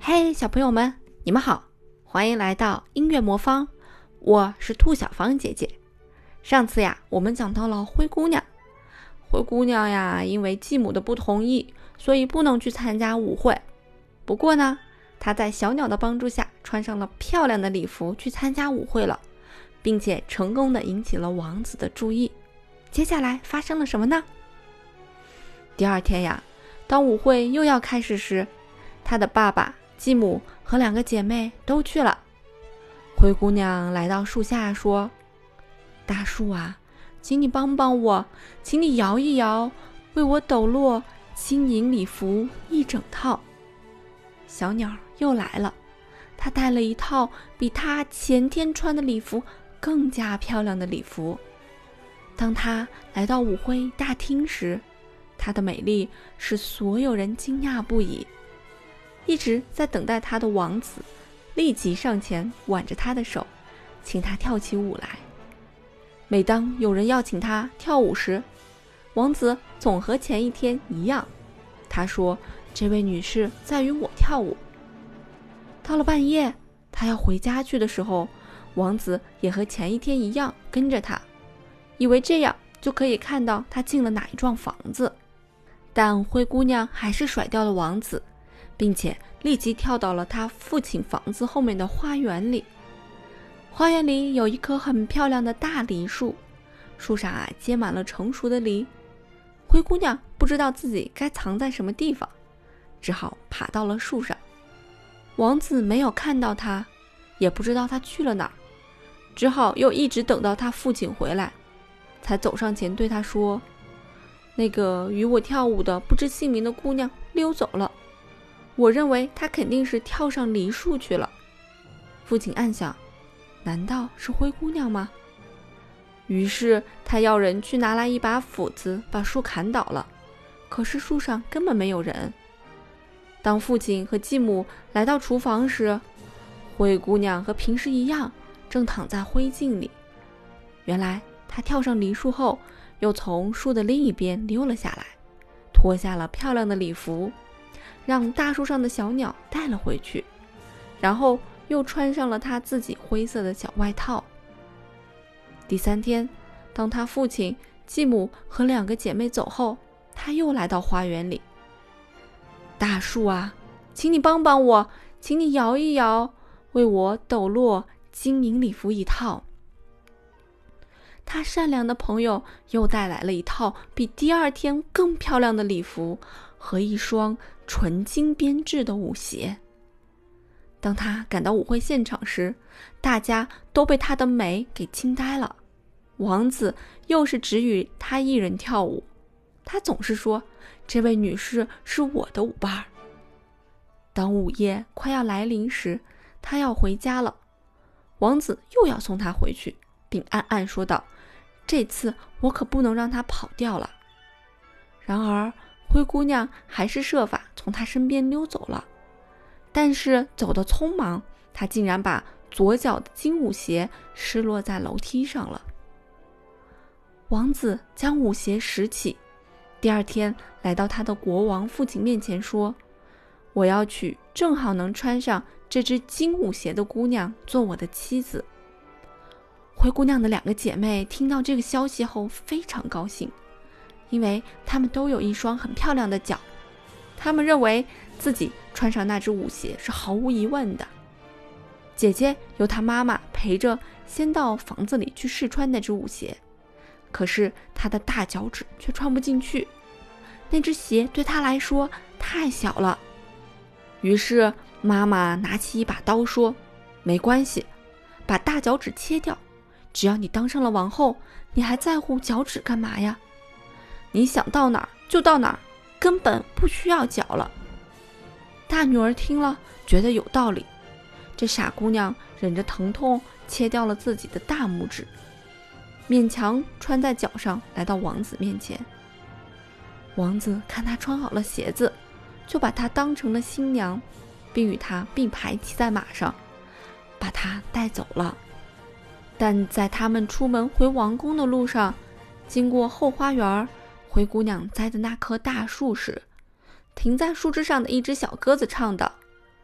嘿，小朋友们，你们好，欢迎来到音乐魔方，我是兔小芳姐姐。上次呀，我们讲到了灰姑娘。灰姑娘呀，因为继母的不同意，所以不能去参加舞会。不过呢，她在小鸟的帮助下，穿上了漂亮的礼服去参加舞会了，并且成功的引起了王子的注意。接下来发生了什么呢？第二天呀，当舞会又要开始时，她的爸爸、继母和2个姐妹都去了。灰姑娘来到树下说：大树啊，请你帮帮我，请你摇一摇，为我抖落金银礼服一整套。小鸟又来了，她带了一套比她前天穿的礼服更加漂亮的礼服。当她来到舞会大厅时，她的美丽使所有人惊讶不已。一直在等待她的王子立即上前挽着她的手，请她跳起舞来。每当有人要请她跳舞时，王子总和前一天一样，他说这位女士在与我跳舞。到了半夜，他要回家去的时候，王子也和前一天一样跟着他，以为这样就可以看到他进了哪一幢房子。但灰姑娘还是甩掉了王子，并且立即跳到了他父亲房子后面的花园里。花园里有一棵很漂亮的大梨树，树上结满了成熟的梨。灰姑娘不知道自己该藏在什么地方，只好爬到了树上。王子没有看到她，也不知道她去了哪儿，只好又一直等到他父亲回来，才走上前对他说：那个与我跳舞的不知姓名的姑娘溜走了，我认为她肯定是跳上梨树去了。父亲暗想，难道是灰姑娘吗？于是他要人去拿来一把斧子，把树砍倒了，可是树上根本没有人。当父亲和继母来到厨房时，灰姑娘和平时一样，正躺在灰烬里。原来她跳上梨树后，又从树的另一边溜了下来，脱下了漂亮的礼服，让大树上的小鸟带了回去，然后又穿上了她自己灰色的小外套。第3天，当她父亲、继母和2个姐妹走后，她又来到花园里。大树啊，请你帮帮我，请你摇一摇，为我抖落金银礼服一套。他善良的朋友又带来了一套比第2天更漂亮的礼服和一双纯金编制的舞鞋。当他赶到舞会现场时，大家都被她的美给惊呆了。王子又是只与她一人跳舞，他总是说这位女士是我的舞伴。当午夜快要来临时，他要回家了，王子又要送她回去，并暗暗说道，这次我可不能让她跑掉了。然而灰姑娘还是设法从他身边溜走了，但是走得匆忙，她竟然把左脚的金舞鞋失落在楼梯上了。王子将舞鞋拾起，第2天来到他的国王父亲面前说，我要娶正好能穿上这只金舞鞋的姑娘做我的妻子。灰姑娘的2个姐妹听到这个消息后非常高兴，因为她们都有一双很漂亮的脚，她们认为自己穿上那只舞鞋是毫无疑问的。姐姐由她妈妈陪着先到房子里去试穿那只舞鞋，可是她的大脚趾却穿不进去，那只鞋对她来说太小了。于是妈妈拿起一把刀说，没关系，把大脚趾切掉，只要你当上了王后，你还在乎脚趾干嘛呀？你想到哪儿就到哪儿，根本不需要脚了。大女儿听了觉得有道理，这傻姑娘忍着疼痛切掉了自己的大拇指，勉强穿在脚上，来到王子面前。王子看她穿好了鞋子，就把她当成了新娘，并与她并排骑在马上，把她带走了。但在他们出门回王宫的路上，经过后花园，灰姑娘栽的那棵大树时，停在树枝上的一只小鸽子唱道，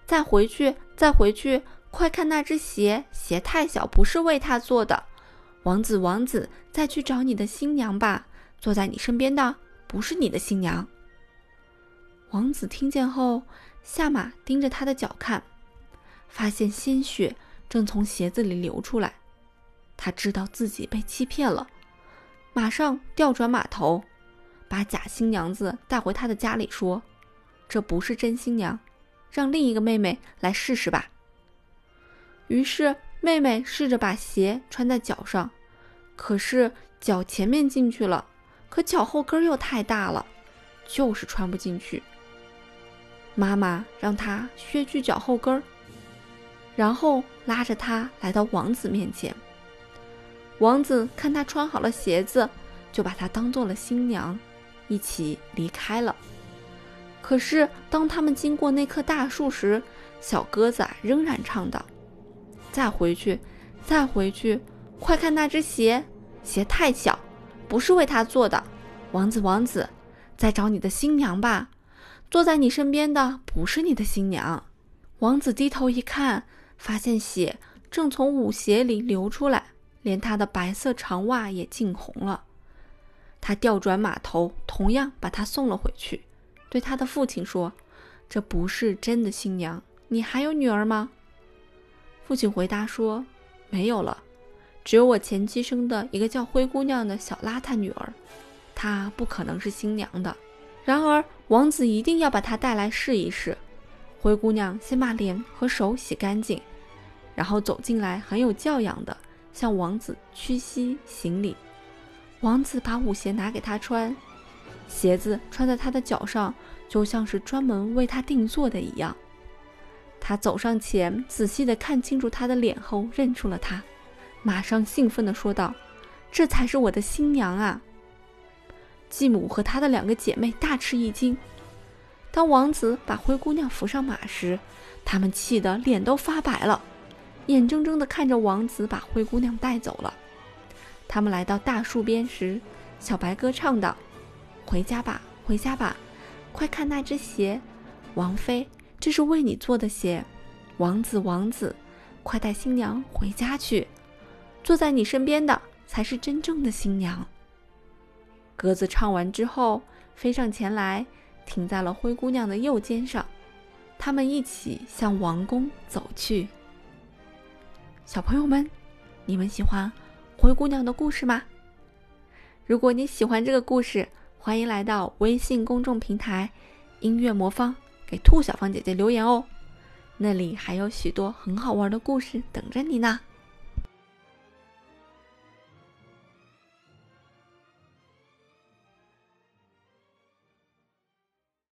再回去，再回去，快看那只鞋，鞋太小，不是为他做的。王子，王子，再去找你的新娘吧，坐在你身边的不是你的新娘。王子听见后，下马盯着他的脚看，发现鲜血正从鞋子里流出来。他知道自己被欺骗了，马上调转马头，把假新娘子带回他的家里，说：这不是真新娘，让另一个妹妹来试试吧。于是妹妹试着把鞋穿在脚上，可是脚前面进去了，可脚后跟又太大了，就是穿不进去。妈妈让她削去脚后跟，然后拉着她来到王子面前。王子看她穿好了鞋子，就把她当做了新娘，一起离开了。可是当他们经过那棵大树时，小鸽子仍然唱道：再回去，再回去，快看那只鞋，鞋太小，不是为他做的。王子，王子，再找你的新娘吧，坐在你身边的不是你的新娘。王子低头一看，发现血正从舞鞋里流出来，连他的白色长袜也浸红了。他调转马头，同样把她送了回去，对他的父亲说：这不是真的新娘，你还有女儿吗？父亲回答说：没有了，只有我前妻生的一个叫灰姑娘的小邋遢女儿，她不可能是新娘的。然而王子一定要把她带来试一试。灰姑娘先把脸和手洗干净，然后走进来，很有教养的向王子屈膝行礼。王子把舞鞋拿给她穿，鞋子穿在她的脚上，就像是专门为她定做的一样。他走上前，仔细地看清楚她的脸后，认出了她，马上兴奋地说道：这才是我的新娘啊！继母和她的2个姐妹大吃一惊。当王子把灰姑娘扶上马时，她们气得脸都发白了，眼睁睁地看着王子把灰姑娘带走了。他们来到大树边时，小白鸽唱道：回家吧，回家吧，快看那只鞋，王妃，这是为你做的鞋。王子，王子，快带新娘回家去，坐在你身边的才是真正的新娘。鸽子唱完之后，飞上前来，停在了灰姑娘的右肩上，他们一起向王宫走去。小朋友们，你们喜欢灰姑娘的故事吗？如果你喜欢这个故事，欢迎来到微信公众平台音乐魔方，给兔小芳姐姐留言哦，那里还有许多很好玩的故事等着你呢。